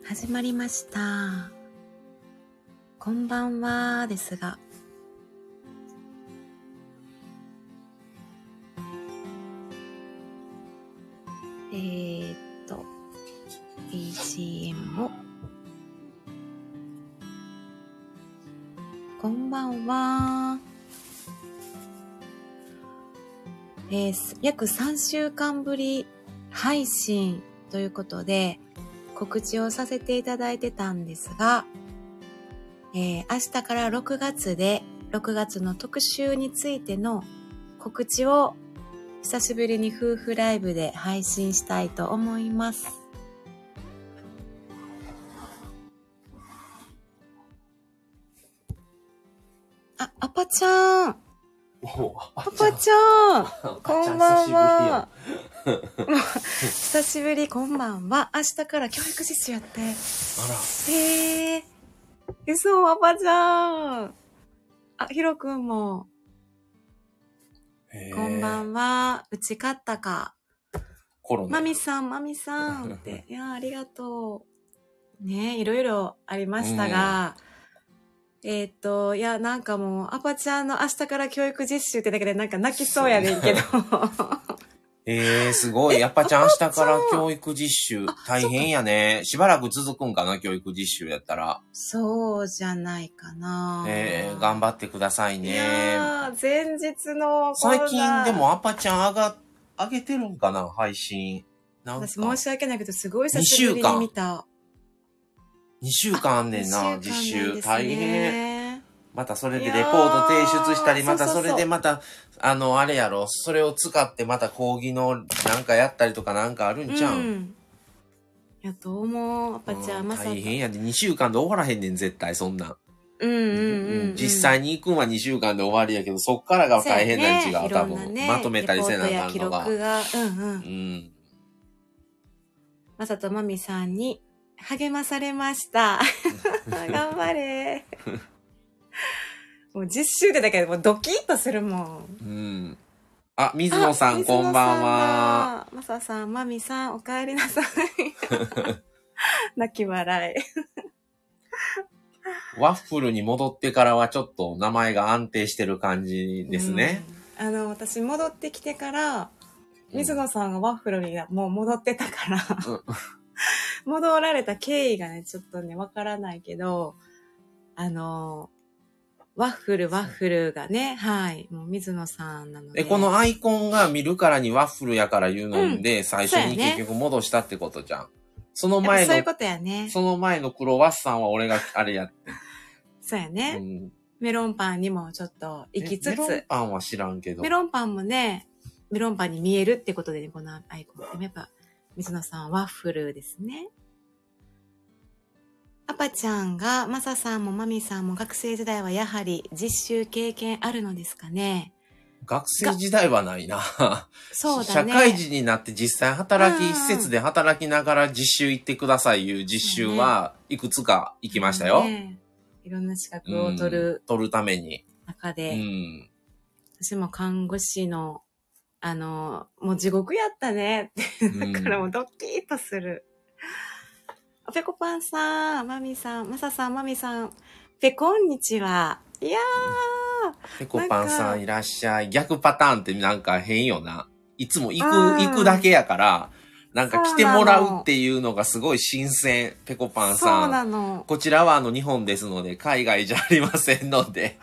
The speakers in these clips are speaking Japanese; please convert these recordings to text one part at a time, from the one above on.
始まりました。こんばんはですが、BGM をこんばんは。約3週間ぶり配信ということで告知をさせていただいてたんですが、明日から6月で6月の特集についての告知を久しぶりに夫婦ライブで配信したいと思います。あ、アパちゃん。アパちゃん。こんばんは。久しぶり、こんばんは。明日から教育実習やって。あら。嘘、アパちゃん。あ、ヒロくんも。こんばんは。うち勝ったか。コロナ。マミさんって。いや、ありがとう。ね、いろいろありましたが、いや、なんかもう、アパちゃんの明日から教育実習ってだけでなんか泣きそうやねんけど。 すごい。アパちゃん明日から教育実習。大変やね。しばらく続くんかな、教育実習やったら。 そうじゃないかな。 頑張ってくださいね。いやー、前日の最近でもアパちゃん上げてるんかな、配信。 なんか私申し訳ないけど、すごい久しぶりに見た。 2週間あんねんな、実習。大変。またそれでレポート提出したり、またそれでまた、あれやろ、それを使ってまた講義のなんかやったりとかなんかあるんちゃうん？ やと思う、アパちゃん。まさか。 大変やで、2週間で終わらへんねん、絶対、そんなん。 実際に行くんは2週間で終わりやけど、そっからが大変なに違う、多分。まとめたりせなあかんのが。 まさとまみさんに励まされました。頑張れ。もう実習でだけど、もうドキッとするもん。 あ、水野さん、こんばんは。 まささん、まみさん、お帰りなさい。泣き笑い。 ワッフルに戻ってからはちょっと名前が安定してる感じですね。 私戻ってきてから、水野さんがワッフルにもう戻ってたから、戻られた経緯がね、ちょっとね、わからないけど、ワッフルがね、はい、もう水野さんなので。 このアイコンが見るからにワッフルやから言うので、最初に結局戻したってことじゃん。その前の、 そういうことやね。 その前のクロワッサンは俺があれやって。 そうやね。メロンパンにもちょっと行きつつ。メロンパンは知らんけど。 メロンパンもね、メロンパンに見えるってことでね、このアイコン。やっぱ、水野さんワッフルですね。アパちゃんが、マサさんもマミさんも学生時代はやはり実習経験あるのですかね。 学生時代はないな。 そうだね。 社会人になって実際施設で働きながら実習行ってくださいいう実習はいくつか行きましたよ。 いろんな資格を取るために。 中で、私も看護師の、もう地獄やったねって、だからもうドッキーとする。ペコパンさん、マミさん、マサさん、マミさん、こんにちは。いやー。 ペコパンさんいらっしゃい。逆パターンってなんか変よな。いつも行くだけやから、なんか来てもらうっていうのがすごい新鮮。ペコパンさん。 そうなの。 こちらは日本ですので、海外じゃありませんので。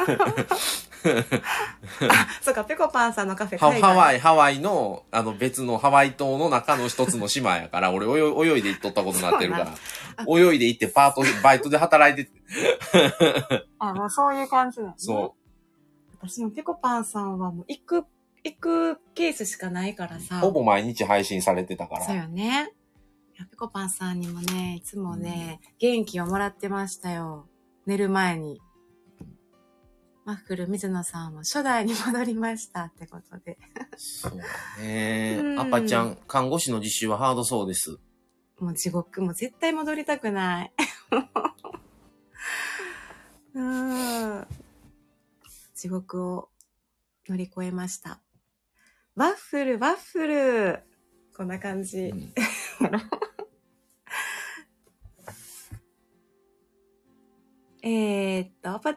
そうか、ペコパンさんのカフェハワイの、別のハワイ島の中の一つの島やから、俺泳いで行っとったことになってるから。泳いで行ってバイトで働いてて。 もうそういう感じなの、ね。 そう。 私もペコパンさんはもう行くケースしかないからさ。 ほぼ毎日配信されてたから。 そうよね。ペコパンさんにもね、いつもね、元気をもらってましたよ。寝る前に。ワッフル水野さんも初代に戻りましたってことで。 そうだね。アパちゃん、看護師の実習はハードそうです。 もう地獄、もう絶対戻りたくない。地獄を乗り越えました。ワッフル。こんな感じ。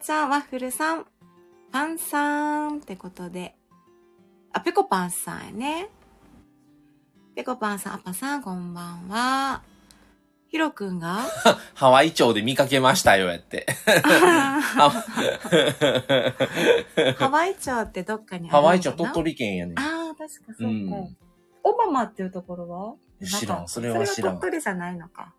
ちゃん、ワッフルさん、パンさんってことで。あ、ペコパンさんやね。ペコパンさん、アッパさん、こんばんは。ヒロくんがハワイ町で見かけましたよ、やって。 ハワイ町ってどっかにあるのかな。 ハワイ町、鳥取県やね。 ああ、確かそうか。オバマっていうところは知らん、それは知らん。 それは鳥取じゃないのか。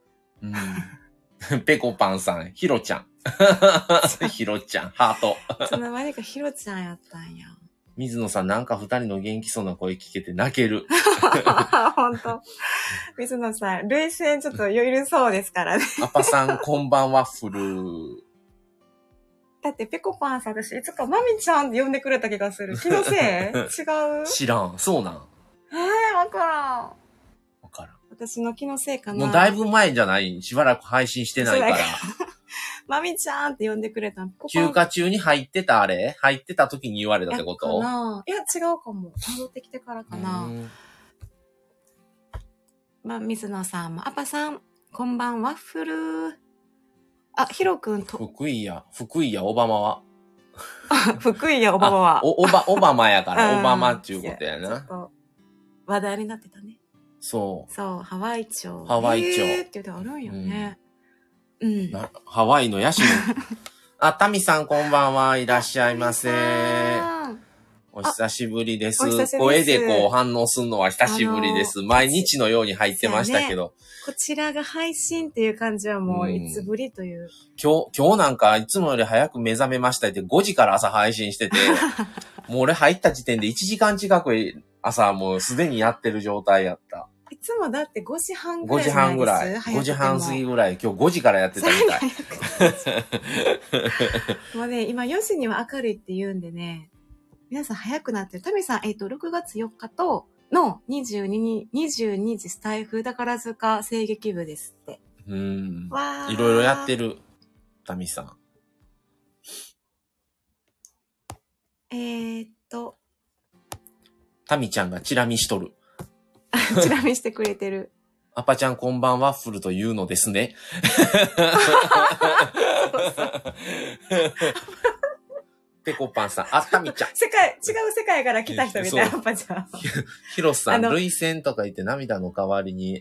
ペコパンさん、ヒロちゃん。ヒロちゃん、ハート。 その前かヒロちゃんやったんや。 水野さん、なんか二人の元気そうな声聞けて泣ける。 ほんと。水野さん、類線ちょっと余裕そうですからね。 アパさん、こんばんワッフル。 だってペコパンさん、私いつかマミちゃんって呼んでくれた気がする。気のせい違う知らん。そうなん。 わからん。 わからん。 私の気のせいかな。 もうだいぶ前じゃない。しばらく配信してないから。 マミちゃんって呼んでくれたの。 休暇中に入ってたあれ入ってた時に言われたってこと？ いや、違うかも。戻ってきてからかな。水野さんも、アパさん、こんばんワッフル。あ、ヒロくんと。 福井や、オバマは。 福井や、オバマは。 オバマやから、オバマっていうことやな。 話題になってたね。 そう。 そう、ハワイ町。 ハワイ町。 って言うてあるんよね。 ハワイのヤシの。あ、タミさんこんばんはいらっしゃいませ。お久しぶりです。声でこう反応するのは久しぶりです。毎日のように入ってましたけど。 こちらが配信っていう感じはもういつぶりという。 今日なんかいつもより早く目覚めましたって5時から朝配信してて、もう俺入った時点で1時間近く朝もうすでにやってる状態やった。 いつもだって5時半ぐらい。 5時半ぐらい。5時半過ぎぐらい。今日5時からやってたみたい。 もうね、今4時には明るいって言うんでね、皆さん早くなってる。タミさん、6月4日の22時スタイフ宝塚声劇部ですって。 いろいろやってる。タミさん。タミちゃんがチラ見しとる。 チラ見してくれてる。 アパちゃんこんばんワッフルというのですね。ペコパンさん、あ、タミちゃん。違う世界から来た人みたいな、アパちゃん。 ヒロさん、涙腺とか言って涙の代わりに、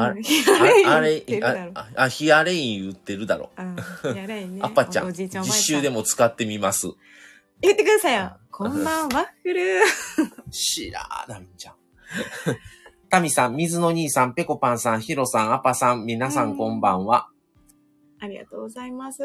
ヒアレイン言ってるだろ。アパちゃん、実習でも使ってみます。 言ってくださいよ。こんばんワッフル。 知らーなみちゃん。タミさん、水野兄さん、ペコパンさん、ヒロさん、アパさん、皆さんこんばんは。 ありがとうございます。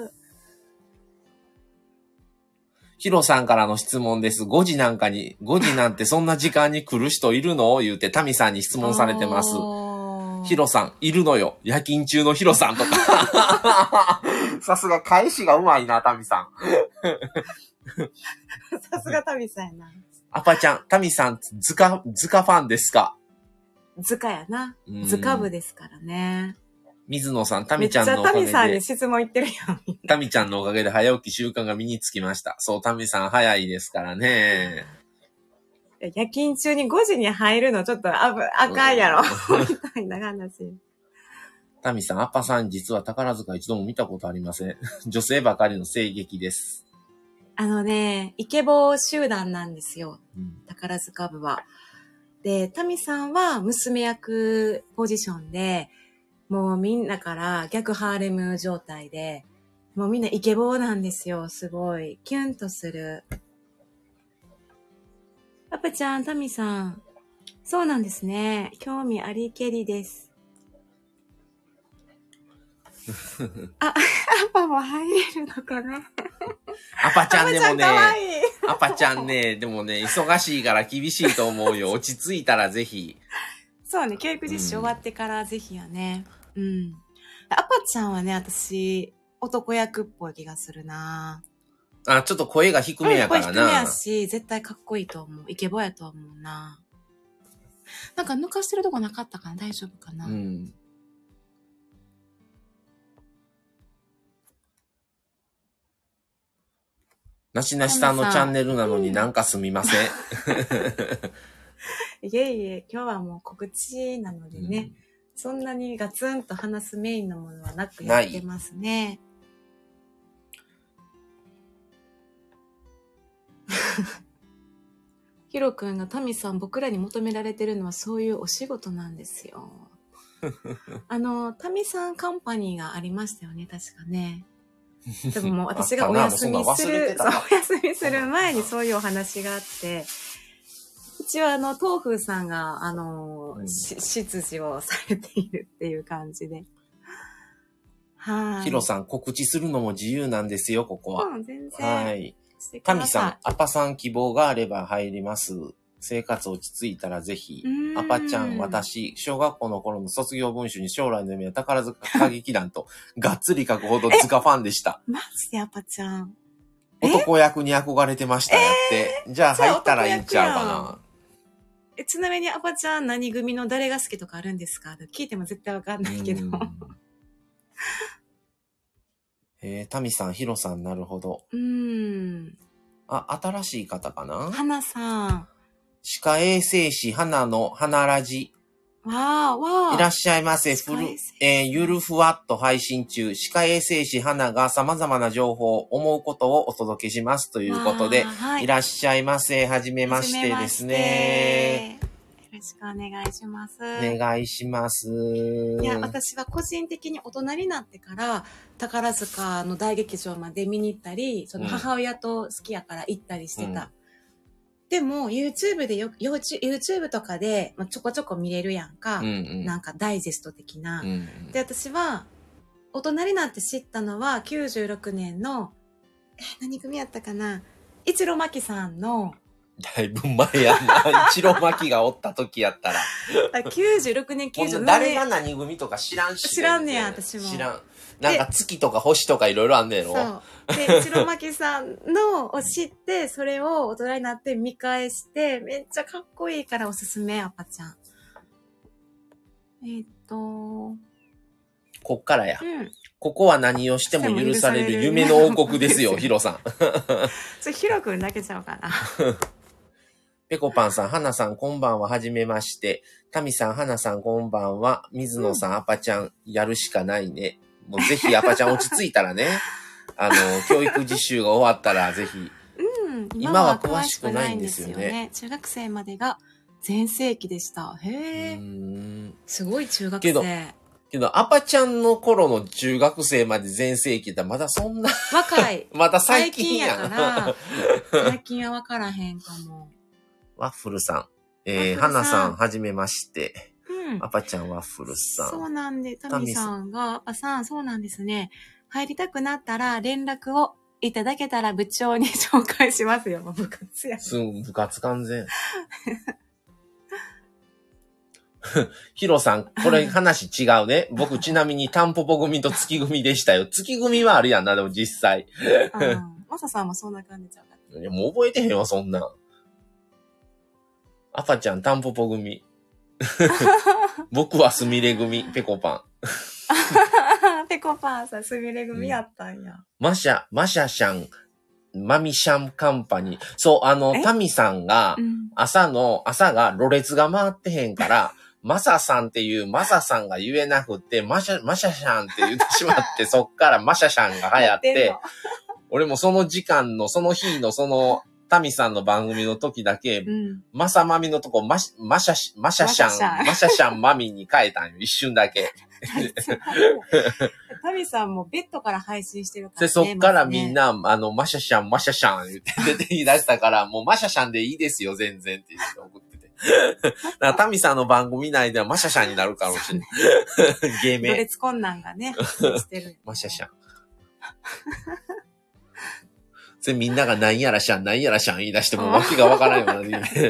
ヒロさんからの質問です。5時なんてそんな時間に来る人いるの言うてタミさんに質問されてます。ヒロさん、いるのよ。夜勤中のヒロさんとか。さすが返しがうまいな、タミさん。 さすがタミさんやな。 アパちゃん、タミさん、ズカファンですか？ ズカやな。ズカ部ですからね。 水野さん、タミちゃんのおかげで。 めっちゃタミさんに質問言ってるよ。 タミちゃんのおかげで早起き習慣が身につきました。そう、タミさん早いですからね。 夜勤中に5時に入るのちょっとあかんやろ。みたいな話。 タミさん、アッパさん、実は宝塚一度も見たことありません。女性ばかりの声劇です。 イケボー集団なんですよ。宝塚部は。で、タミさんは娘役ポジションで、もうみんなから逆ハーレム状態で、もうみんなイケボーなんですよ。すごい。キュンとする。アパちゃん、タミさん。そうなんですね。興味ありけりです。アパも入れるのかな。 アパちゃんでもね、アパちゃんね、でもね、忙しいから厳しいと思うよ。落ち着いたらぜひ。 そうね、教育実習終わってからぜひやね。アパちゃんはね、私、男役っぽい気がするな。 あ、ちょっと声が低めやからな。 声低めやし、絶対かっこいいと思う。イケボやと思うな。なんか抜かしてるとこなかったかな？大丈夫かな？ なしなしさんのチャンネルなのになんかすみません。 いえいえ、今日はもう告知なのでね、そんなにガツンと話すメインのものはなくやってますね。 ヒロ君がタミさん、僕らに求められてるのはそういうお仕事なんですよ。タミさんカンパニーがありましたよね、確かね。でももう私がお休みする、そう、お休みする前にそういうお話があって、うちは東風さんが、執事をされているっていう感じで。はい。 ヒロさん、告知するのも自由なんですよ、ここは。 うん、全然。 はい。タミさん、アパさん希望があれば入ります。生活落ち着いたらぜひ。アパちゃん、私、小学校の頃の卒業文集に将来の夢は宝塚歌劇団と、がっつり書くほど塚ファンでした。 マジでアパちゃん。 男役に憧れてました、やって。じゃあ入ったらいいんちゃうかな。 ちなみにアパちゃん何組の誰が好きとかあるんですか？聞いても絶対わかんないけど。 タミさん、ヒロさん、なるほど。新しい方かな？ 花さん。 歯科衛生士花の花ラジ。 わー。 いらっしゃいませ。ゆるふわっと配信中。歯科衛生士花が様々な情報、思うことをお届けします。ということで、はい、いらっしゃいませ。はじめましてですね。 よろしくお願いします。 お願いします。 いや、私は個人的に大人になってから、宝塚の大劇場まで見に行ったり、その母親と好きやから行ったりしてた。でも、YouTube でYouTube とかで、ちょこちょこ見れるやんか。なんかダイジェスト的な。で、私は、大人になって知ったのは、96年の、何組やったかな？一郎真希さんの、 だいぶ前やな。一郎真希がおった時やったら。 96年、97年。 誰が何組とか知らんし。 知らんねや、私も。 知らん。なんか月とか星とかいろいろあんねやろ。 そう。で、一郎真希さんのを知って、それを大人になって見返して、めっちゃかっこいいからおすすめ、アパちゃん。 こっからや。ここは何をしても許される夢の王国ですよ、ヒロさん。 それヒロ君だけちゃうかな。 ペコパンさん、花さん、こんばんは、はじめまして。タミさん、花さん、こんばんは。水野さん、アパちゃん、やるしかないね。もうぜひアパちゃん落ち着いたらね、教育実習が終わったらぜひ。今は詳しくないんですよね。 中学生までが全盛期でした。へー。すごい中学生。 けど、アパちゃんの頃の中学生まで全盛期ってまだそんな。 若い。 まだ最近やから。最近は分からへんかも。 ワッフルさん。花さん、はじめまして。アパちゃんワッフルさん。 そうなんで、タミさんが、アパさん、そうなんですね。入りたくなったら連絡をいただけたら部長に紹介しますよ。部活や。 部活完全。ヒロさん、これ話違うね。僕ちなみにタンポポ組と月組でしたよ。月組はあるやんな、でも実際。 マサさんもそんな感じちゃうか。 いや、もう覚えてへんわ、そんな。アパちゃん、タンポポ組。僕はスミレ組、ペコパン。 ペコパンさん、スミレ組やったんや。 マシャシャン、マミシャンカンパニー。そう、タミさんが、朝が、ろれつが回ってへんから、マサさんっていうマサさんが言えなくって、マシャシャンって言ってしまって、そっからマシャシャンが流行って、俺もその時間の、その日のタミさんの番組の時だけ、マサマミのとこ、マシャシャンマミに変えたんよ、一瞬だけ。 タミさんもベッドから配信してるからね。で、そっからみんな、マシャシャン言って出てき出したから、もうマシャシャンでいいですよ、全然って言って送ってて。だからタミさんの番組内ではマシャシャンになるかもしれない。芸名。 ロレツ困難がね、してる。 マシャシャン。それみんなが何やらシャン言い出してもわけがわからないよね。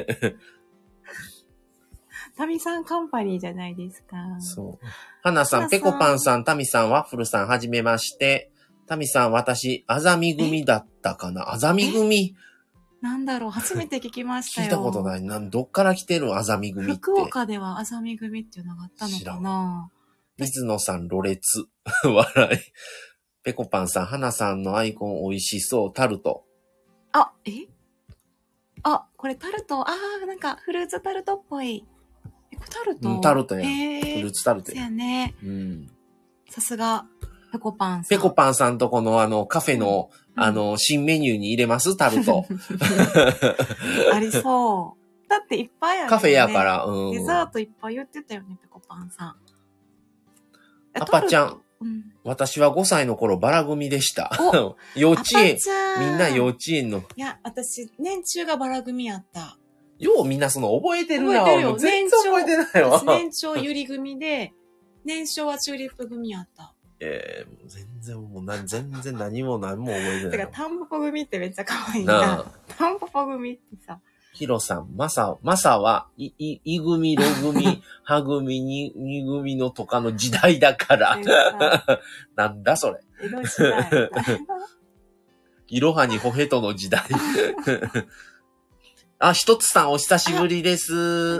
タミさんカンパニーじゃないですか。 そう。花さん、ペコパンさん、タミさん、ワッフルさん、はじめまして。タミさん、私、あざみ組だったかな？あざみ組？ なんだろう、初めて聞きましたよ。 聞いたことない。どっから来てるあざみ組って。 福岡ではあざみ組っていうのがあったのかな？ 水野さん、ろれつ。笑い。ペコパンさん、花さんのアイコン美味しそう、タルト。 これタルト。なんかフルーツタルトっぽい。タルト？ タルトや。フルーツタルトや。 そうやね。さすが。 ペコパンさん。 ペコパンさんとこのカフェの、新メニューに入れますタルト。 ありそう。だっていっぱいある、ね。 カフェやから、 デザートいっぱい言ってたよね、ペコパンさん。 アパちゃん。私は5歳の頃バラ組でした。幼稚園。みんな幼稚園の。 いや、私、年中がバラ組やった。 ようみんな覚えてるな。 覚えてるよ。 全然覚えてないわ。 私年長ゆり組で、年少はチューリップ組やった。 全然何も覚えてない。 てか、タンポポ組ってめっちゃ可愛いな。タンポポ組ってさ。 ヒロさん、マサは、い組、ろ組、は組、に組のとかの時代だから。なんだそれ。 江戸時代。 いろはにほへとの時代。あ、ひとつさんお久しぶりです。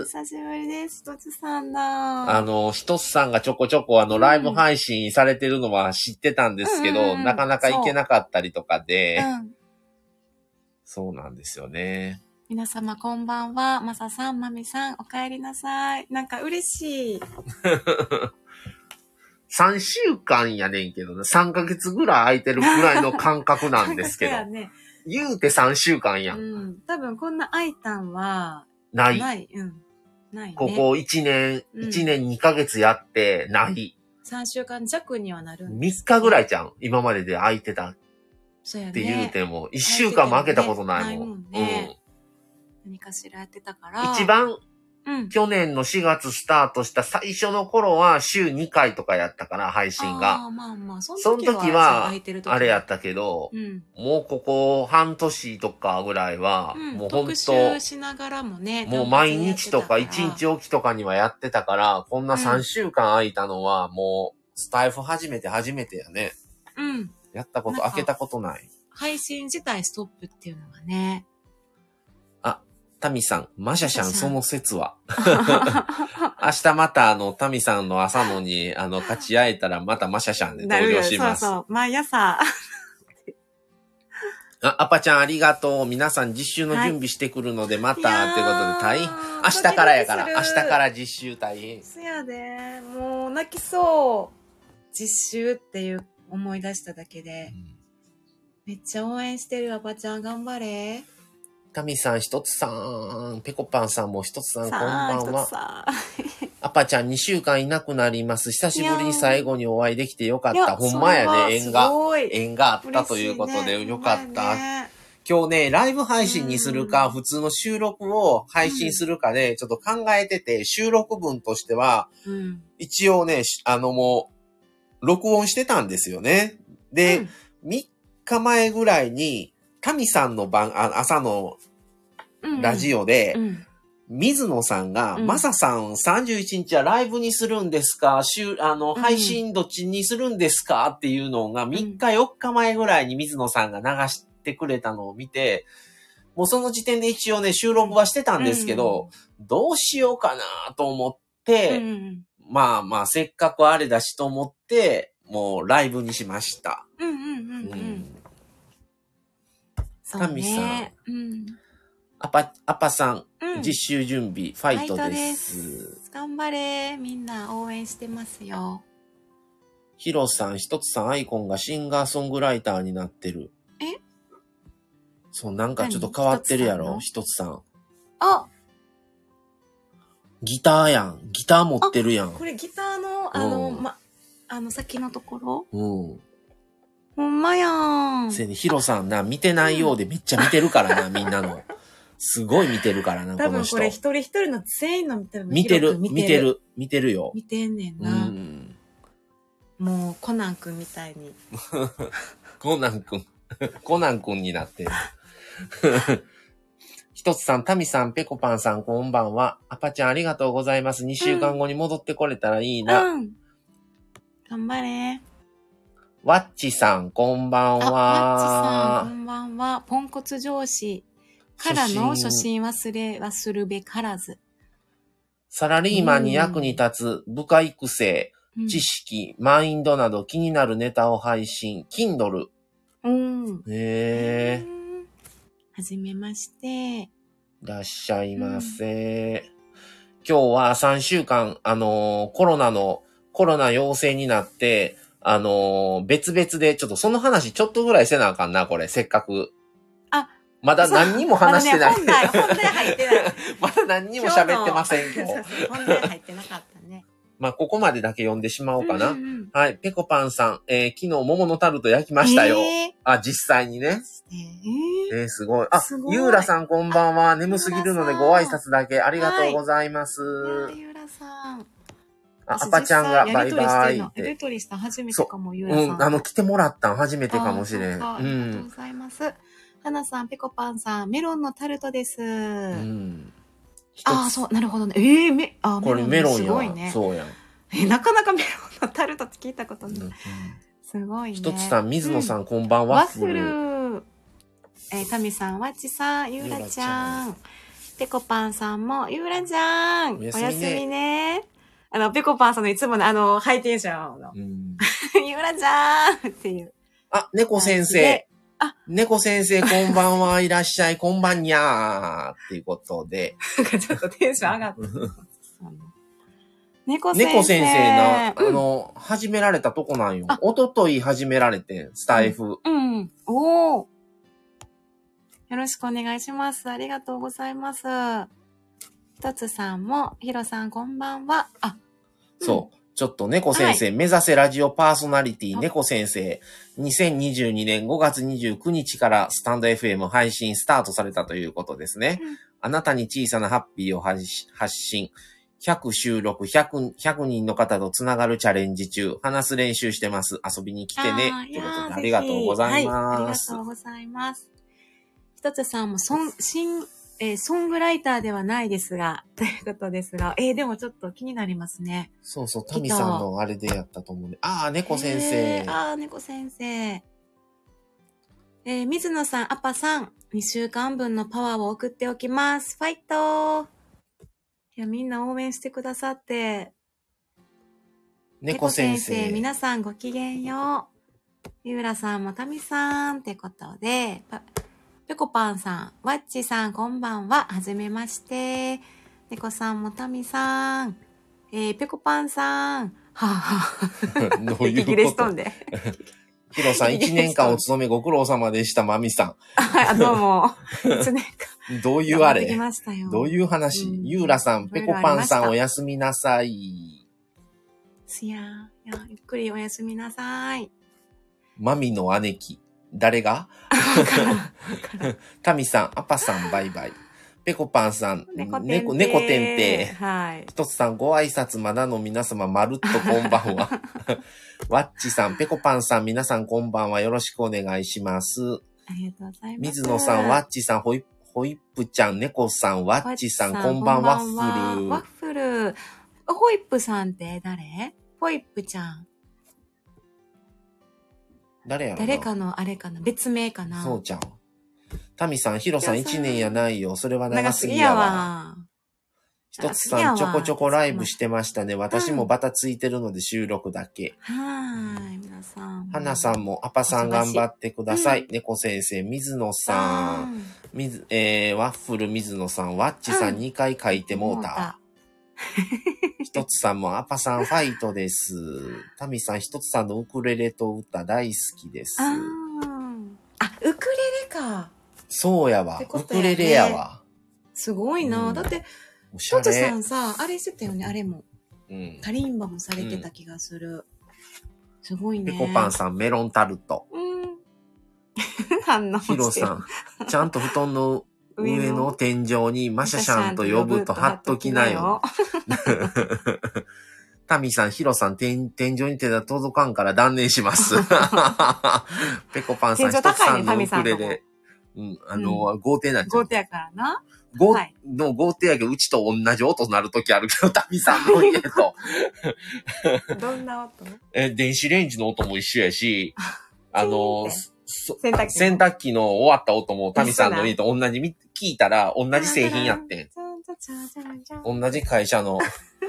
お久しぶりです。ひとつさんだ。 ひとつさんがちょこちょこライブ配信されてるのは知ってたんですけど、なかなか行けなかったりとかで、そうなんですよね。 皆様こんばんは。まささん、まみさん、お帰りなさい。なんか嬉しい。 3週間やねんけどね、3ヶ月ぐらい空いてるぐらいの感覚なんですけど。ね、言うて3週間やん。 多分こんな空いたんは、 ない。 ない。ない、ね。 ここ1年2ヶ月やってない。 3週間弱にはなるんです、ね。3日ぐらいじゃん。今までで空いてた。 そうやね。 って言うても、1週間も空けたことないもん。 何かしらやってたから。 一番、去年の4月スタートした最初の頃は週2回とかやったから、配信が。その時は、あれやったけど、もうここ半年とかぐらいは、もうほんと、特集しながらもね、 もう毎日とか1日おきとかにはやってたから、こんな3週間空いたのは、もう、スタイフ初めてやね。やったこと、開けたことない。 配信自体ストップっていうのがね。 タミさん、マシャシャン、その説は。明日またタミさんの朝のに、勝ち会えたらまたマシャシャンで登場します。 そう、毎朝。 アパちゃんありがとう。皆さん実習の準備してくるので、また、ということで大変。明日からやから、明日から実習大変。 そやで、もう泣きそう。実習っていう思い出しただけで。めっちゃ応援してるアパちゃん頑張れ。 タミさん、ひとつさん、ペコパンさんもひとつさん、こんばんは。アパちゃん2週間いなくなります。久しぶりに最後にお会いできてよかった。ほんまやね、縁があったということでよかった。今日ね、ライブ配信にするか、普通の収録を配信するかで、ちょっと考えてて、収録分としては、一応ね、もう、録音してたんですよね。で、3日前ぐらいに、タミさんの朝のラジオで、水野さんが、マサさん31日はライブにするんですか？配信どっちにするんですか？っていうのが3日4日前ぐらいに水野さんが流してくれたのを見て、もうその時点で一応ね、収録はしてたんですけど、どうしようかなと思って、まあ、せっかくあれだしと思って、もうライブにしました。タミさん、アパさん、実習準備、ファイトです。 頑張れ。みんな応援してますよ。 ヒロさん、ひとつさん、アイコンがシンガーソングライターになってる。そう、なんかちょっと変わってるやろ、ひとつさん。ギターやん。ギター持ってるやん。 これギターの、先のところ？ほんまやん。 せやね、ヒロさんな、見てないようでめっちゃ見てるからな、みんなの。すごい見てるからな、この人。 多分これ一人一人の全員の見てるよ。 見てるよ。 見てんねんな。もう、コナンくんみたいに。 コナンくんになってる。ひとつさん、タミさん、ペコパンさん、こんばんは。アパちゃんありがとうございます。2週間後に戻ってこれたらいいな。 頑張れ。 ワッチさん、こんばんは。 ワッチさん、こんばんは。ポンコツ上司からの初心忘るべからず。 サラリーマンに役に立つ部下育成、知識、マインドなど気になるネタを配信、Kindle。 はじめまして。 いらっしゃいませ。今日は3週間、コロナ陽性になって、 別々で、ちょっとその話ちょっとぐらいせなあかんな、これ、せっかく。 あ、 まだ何にも話してない。 まだね、本題入ってない。 まだ何にも喋ってません、今日。 本題入ってなかったね。 まあ、ここまでだけ読んでしまおうかな。 うんうん、 はい。ペコパンさん、昨日桃のタルト焼きましたよ。あ、実際にね。すごい。あ、ゆうらさんこんばんは。眠すぎるのでご挨拶だけ。ありがとうございます。 ゆうらさん。 あ、赤ちゃんがバイバイって。 やりとりした初めてかも、ゆうらさん。 来てもらったん初めてかもしれん。 ありがとうございます。はなさん、ペコパンさん、メロンのタルトです。そう、なるほどね。 これメロンや。 すごいね。 そうやん。 なかなかメロンのタルトって聞いたことない。すごいね。 一つさん、水野さん、こんばんは。 ワッフル。タミさん、わっちさん、ゆうらちゃん。ペコパンさんも、ゆうらちゃん。おやすみね。ペコパンさんのいつもの、ハイテンションの。ゆうらちゃんっていう。 あ、猫先生。猫先生、こんばんは、いらっしゃい、こんばんにゃー。っていうことで。 ちょっとテンション上がった。猫先生な、始められたとこなんよ。おととい始められて、スタイフ。 おー。よろしくお願いします。ありがとうございます。ひとつさんも、ひろさんこんばんは。 そう。ちょっと猫先生、目指せラジオパーソナリティ、猫先生、2022年5月29日からスタンド FM 配信スタートされたということですね。あなたに小さなハッピーを発信。100収録、100人の方とつながるチャレンジ中、話す練習してます。遊びに来てね。ということで、ありがとうございます。 ありがとうございます。ひとつさんもソングライターではないですが、ということですが、でもちょっと気になりますね。 そうそう、タミさんのあれでやったと思うね。猫先生。 猫先生。水野さん、アパさん、2週間分のパワーを送っておきます。ファイトいや、みんな応援してくださって。 猫先生。 皆さんごきげんよう。ゆうらさんもタミさんってことで、ペコパンさん、ワッチさん、こんばんは。はじめまして。猫さんもタミさん。ペコパンさん。 どういうこと？息切れしとんで。ヒロさん、1年間お勤めご苦労様でした、マミさん。 はい、どうも。1年間。 どういうあれ？どういう話？ゆうらさん、ペコパンさん、おやすみなさい。 いや、ゆっくりおやすみなさい。 マミの姉貴。誰が？タミさん、アパさん、バイバイ。ペコパンさん、猫てんて。 はい。 ひとつさん、ご挨拶まだの皆様、まるっとこんばんは。ワッチさん、ペコパンさん、皆さんこんばんは。よろしくお願いします。 ありがとうございます。 水野さん、ワッチさん、ホイップちゃん、猫さん、ワッチさん、こんばんワッフル。 ワッフル。ホイップさんって誰？ホイップちゃん。 誰やろな？ 誰かのあれかな？別名かな？ そうちゃん。タミさん、ヒロさん1年やないよ。それは長すぎやわ。ひとつさん、ちょこちょこライブしてましたね。私もバタついてるので収録だけ。 皆さん。 はなさんも、アパさん頑張ってください。猫先生、水野さん。ワッフル水野さん、ワッチさん2回書いてもうた。ひとつさんも、アパさんファイトです。タミさん、ひとつさんのウクレレと歌大好きです。 ウクレレか。 そうやわ。ウクレレやわ。 すごいな。だって、ひとつさんさ、あれしてたよね、あれも。タリンバもされてた気がする。すごいね。 ペコパンさん、メロンタルト。 反応してる。 ヒロさん、ちゃんと布団の上の天井にマシャシャンと呼ぶと貼っときなよ。タミさん、ヒロさん、天井に手が届かんから断念します。ペコパンさん、ひとつさんのウクレレ。豪邸なんじゃん。 豪邸やからな。 豪邸やけど、うちと同じ音になるときあるけど、タミさんの家と。 どんな音？ 電子レンジの音も一緒やし、 洗濯機の終わった音もタミさんの家と同じ、聞いたら同じ製品やってん。同じ会社の。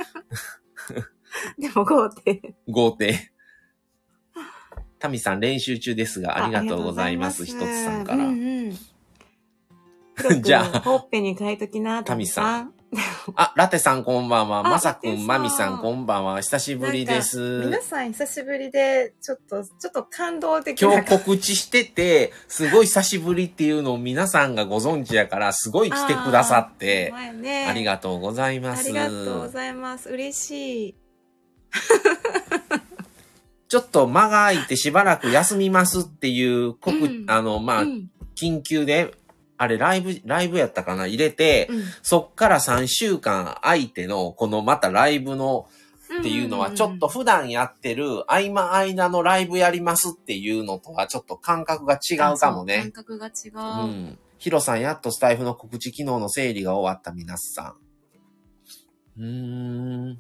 でも豪邸。タミさん練習中ですが、ありがとうございます。ひとつさんから。 じゃあ、ほっぺに書いときな、タミさん。 あ、ラテさんこんばんは。 あまさくん、 ラテさんまみさんこんばんは。久しぶりです。 皆さん久しぶりで、ちょっと感動的な。 今日告知してて、すごい久しぶりっていうのを皆さんがご存知やから、すごい来てくださって、ありがとうございます。 ありがとうございます。嬉しい。 ちょっと間が空いてしばらく休みますっていう緊急で、あれ、ライブやったかな入れて、そっから3週間空いての、このまたライブの、っていうのは、ちょっと普段やってる、合間のライブやりますっていうのとは、ちょっと感覚が違うかもね。 感覚が違う。 ヒロさん、やっとスタイフの告知機能の整理が終わった皆さん。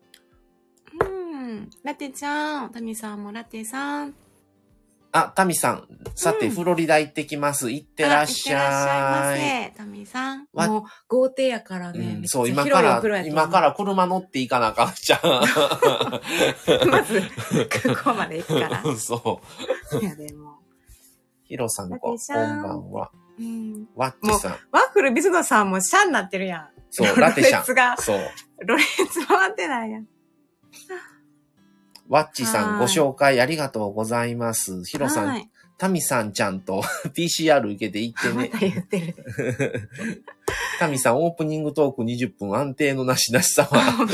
ラテちゃん、タミさんもラテさん。 あ、タミさん。さて、フロリダ行ってきます。行ってらっしゃい。 行ってらっしゃいませ。タミさん。もう、豪邸やからね。 そう、今から車乗って行かなあかんじゃん。 まず、空港まで行くから。 そう。 いや、でも。 ヒロさんこんばんは。ワッチさん。 ワッフル水野さんもシャンになってるやん。 そう、ラテシャン。 そう。ロレツ回ってないやん。 ワッチさんご紹介ありがとうございます。ヒロさん、タミさんちゃんと PCR 受けて行ってね。 また言ってる。 タミさんオープニングトーク20分安定のなしなしさは。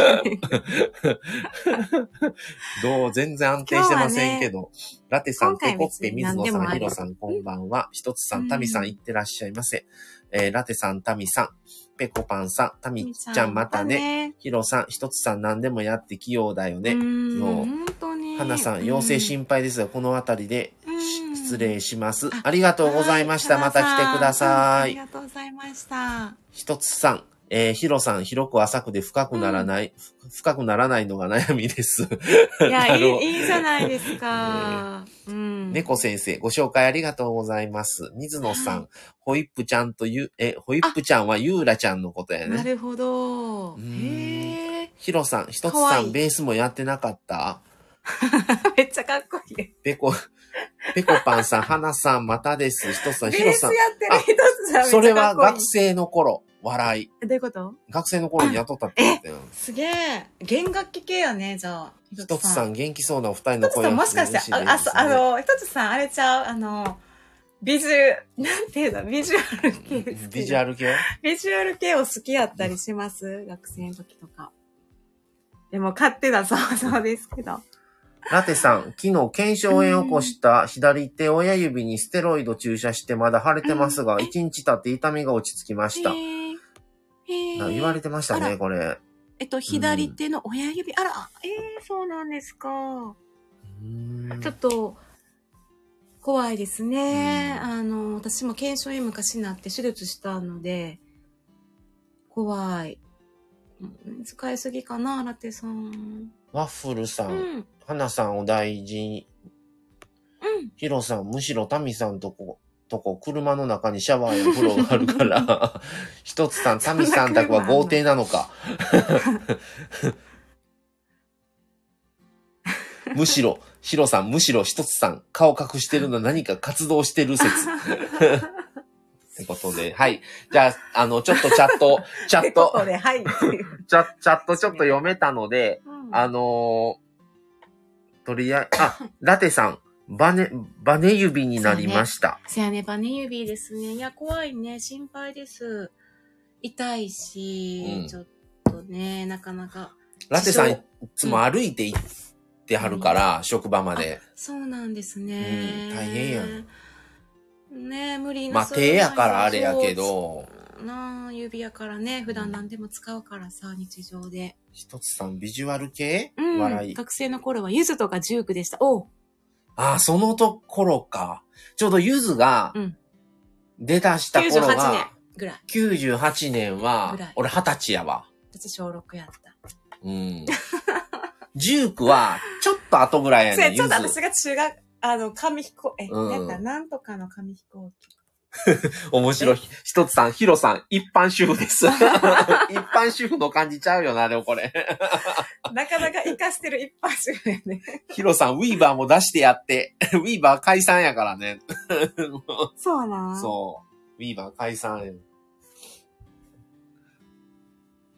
全然安定してませんけど。ラテさん、ペコッペ、水野さん、ヒロさんこんばんは。ひとつさん、タミさん行ってらっしゃいませ。ラテさん、タミさん、ペコパンさん、タミちゃんまたね。ヒロさん、ひとつさん何でもやって器用だよね。 本当に。 花さん、陽性心配ですが、このあたりで失礼します。ありがとうございました。また来てください。 ありがとうございました。 ひとつさん、ヒロさん、広く浅くで深くならないのが悩みです。 いや、いいじゃないですか。 猫先生、ご紹介ありがとうございます。水野さん、ホイップちゃんとホイップちゃんはユーラちゃんのことやね。 なるほど。へヒロさん、ひとつさん、ベースもやってなかっためっちゃかっこいい。 ペコパンさん、花さん、またです。ひとつさん、ヒロさん。 ベースやってるひとつさん、 それは学生の頃、笑い。 どういうこと学生の頃に雇ったって言ったよ。 すげえ。弦楽器系やね、じゃあ。 ひとつさん、元気そうなお二人の声もしかして、ひとつさん、あれちゃう、なんていうの、ビジュアル系。 ビジュアル系ビジュアル系を好きやったりします学生の時とか。でも、勝手な想像ですけど。 ラテさん、昨日腱鞘炎を起こした左手親指にステロイド注射してまだ腫れてますが、1日経って痛みが落ち着きました。言われてましたね、これ。 左手の親指、そうなんですか。ちょっと、怖いですね。私も腱鞘炎昔になって手術したので、怖い。使いすぎかな、ラテさん。 ワッフルさん、花さんお大事に。ヒロさん、むしろタミさんとこ、車の中にシャワーや風呂があるから、ひとつさん、タミさん宅は豪邸なのか。むしろ、ヒロさん、ひとつさん、顔隠してるの何か活動してる説。ってことで、はい。じゃあ、ちょっとチャット、チャットちょっと読めたので、とりあえず、ラテさん、バネ指になりました。 そうやね、バネ指ですね。いや、怖いね。心配です。痛いし、ちょっとね、なかなか。 ラテさん、いつも歩いて行ってはるから、職場まで。 そうなんですね。 大変やん。 ね、無理な。 手やからあれやけど。 指やからね、普段何でも使うからさ、日常で。 ひとつさん、ビジュアル系笑い。学生の頃はユズとかジュークでした。 そのところか。ちょうどユズが、出だした頃が、 98年ぐらい。 98年は、俺20歳やわ。 私小6やった。 ジュークは、ちょっと後ぐらいやね。 ちょっと私が中学、紙飛行、なんとかの紙飛行機。 面白い。ひとつさん、ヒロさん、一般主婦です。一般主婦の感じちゃうよな、でもこれ。 なかなか活かしてる一般主婦やね。 ヒロさん、ウィーバーも出してやって。ウィーバー解散やからね。 そうな。 そう。ウィーバー解散や。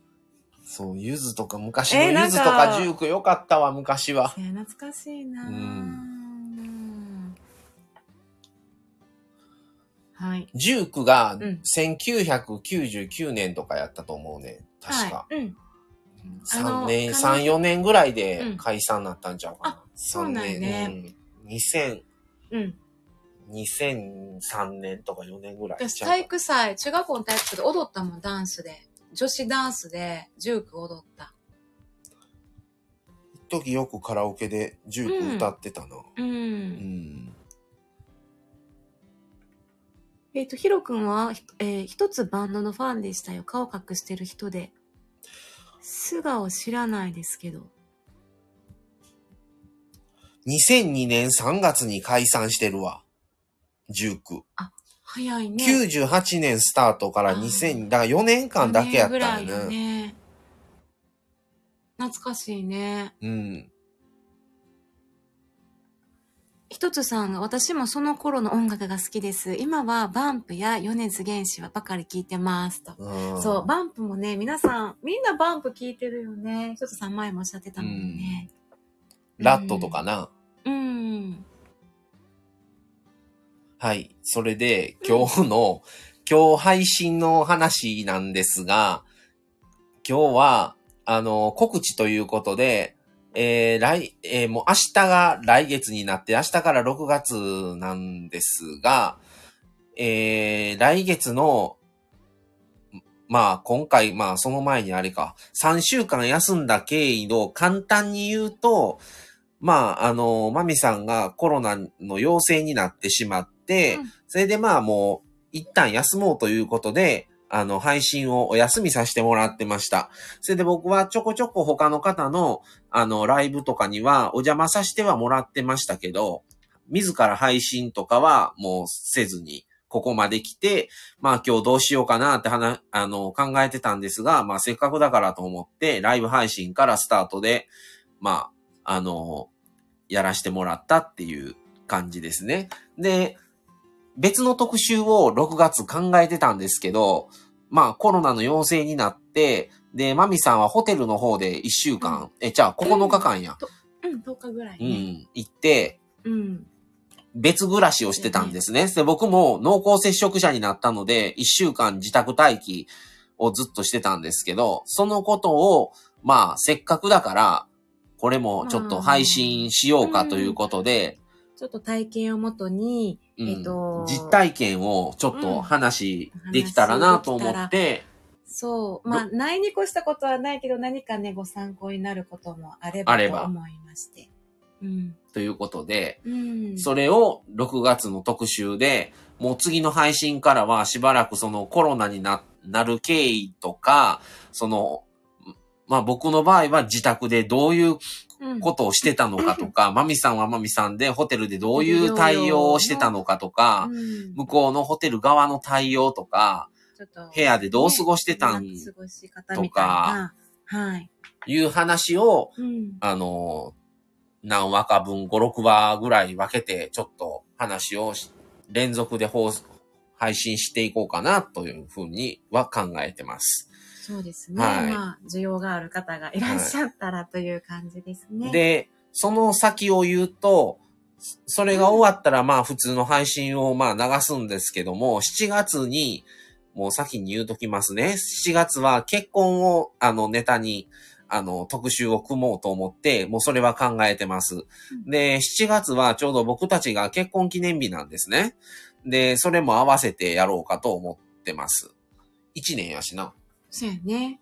そう、ゆずとか昔のゆずとかジュークよかったわ、昔は。 懐かしいなはい。 ジュークが1999年とかやったと思うね。確か。 はい。 3、4年ぐらいで解散になったんちゃうかな。 そうなんね。 2003年とか4年ぐらい。 私体育祭、中学校の体育祭で踊ったもん、ダンスで。女子ダンスでジューク踊った。 一時よくカラオケでジューク歌ってたな。 ヒロ君は、一つバンドのファンでしたよ。顔隠してる人で。素顔知らないですけど。 2002年3月に解散してるわ。ジューク。 あ、早いね。 98年スタートから2000、だから4年間だけやったんやね。4年ぐらいよね。 懐かしいね。一つさんが、私もその頃の音楽が好きです。今はバンプや米津玄師はばかり聴いてますと。そう、バンプもね、皆さん、みんなバンプ聴いてるよね。一つさん前もおっしゃってたもんね。 ラットとかな。はい。それで、今日配信の話なんですが、今日は、告知ということで、もう明日が来月になって、明日から6月なんですが、来月の、今回、その前にあれか、3週間休んだ経緯を簡単に言うと、マミさんがコロナの陽性になってしまって、それでもう、一旦休もうということで、配信をお休みさせてもらってました。それで僕はちょこちょこ他の方の、ライブとかにはお邪魔させてはもらってましたけど、自ら配信とかはもうせずに、ここまで来て、今日どうしようかなって考えてたんですが、せっかくだからと思って、ライブ配信からスタートで、やらしてもらったっていう感じですね。で、別の特集を6月考えてたんですけど、コロナの陽性になって、で、マミさんはホテルの方で1週間、じゃあ9日間や。 10日ぐらい、ね。 行って、別暮らしをしてたんですね。で、僕も濃厚接触者になったので、1週間自宅待機をずっとしてたんですけど、そのことを、せっかくだから、これもちょっと配信しようかということで、 ちょっと体験をもとに、 実体験をちょっと話できたらなと思って、 そう。ないに越したことはないけど、何かね、ご参考になることもあればと思いまして。 ということで、それを6月の特集で、もう次の配信からはしばらくそのコロナになる経緯とか、僕の場合は自宅でどういうことをしてたのかとか、マミさんはマミさんでホテルでどういう対応をしてたのかとか、向こうのホテル側の対応とか、部屋でどう過ごしてたんとか、いう話を、何話か分、5、6話ぐらい分けて、ちょっと話を連続で配信していこうかなというふうには考えてます。 そうですね。需要がある方がいらっしゃったらという感じですね。 で、その先を言うと、それが終わったら普通の配信を流すんですけども、7月に、もう先に言うときますね。7月は結婚をネタに特集を組もうと思って、もうそれは考えてます。で、7月はちょうど僕たちが結婚記念日なんですね。で、それも合わせてやろうかと思ってます。1年やしな。 そうやね。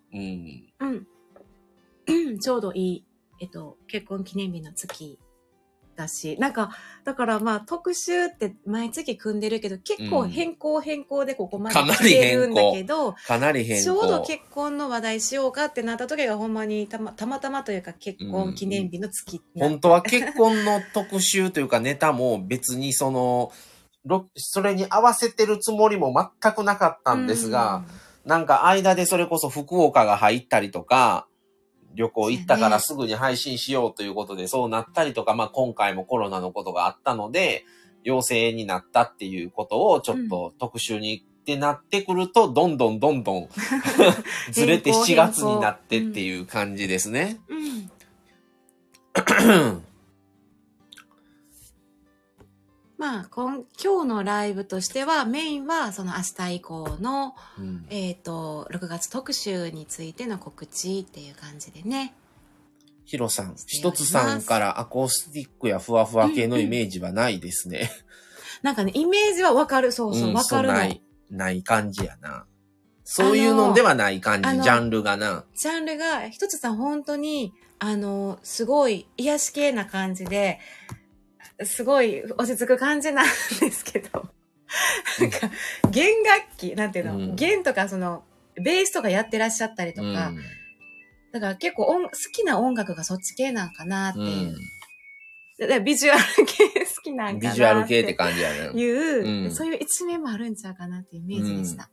ちょうどいい、結婚記念日の月だし、だから特集って毎月組んでるけど、結構変更でここまで来てるんだけど、 かなり変更。 ちょうど結婚の話題しようかってなった時がほんまにたまたまというか結婚記念日の月。 本当は結婚の特集というかネタも別にそれに合わせてるつもりも全くなかったんですが、間でそれこそ福岡が入ったりとか、旅行行ったからすぐに配信しようということでそうなったりとか、今回もコロナのことがあったので、陽性になったっていうことをちょっと特集にってなってくると、どんどんずれて7月になってっていう感じですね。 うん。まあ、今日のライブとしては、メインはその明日以降の、6月特集についての告知っていう感じでね。 ヒロさん、一つさんからアコースティックやふわふわ系のイメージはないですね。 なんかね、イメージはわかる。そうそう、わかるの。 ない感じやな。そういうのではない感じ、ジャンルがな。 ジャンルが、一つさん本当に、すごい癒し系な感じで、すごい落ち着く感じなんですけど、なんか、弦楽器、なんていうの、弦とかその、ベースとかやってらっしゃったりとか、だから結構好きな音楽がそっち系なんかなっていう。だからビジュアル系好きなんかなって。 ビジュアル系って感じやね。 そういう一面もあるんちゃうかなっていうイメージでした。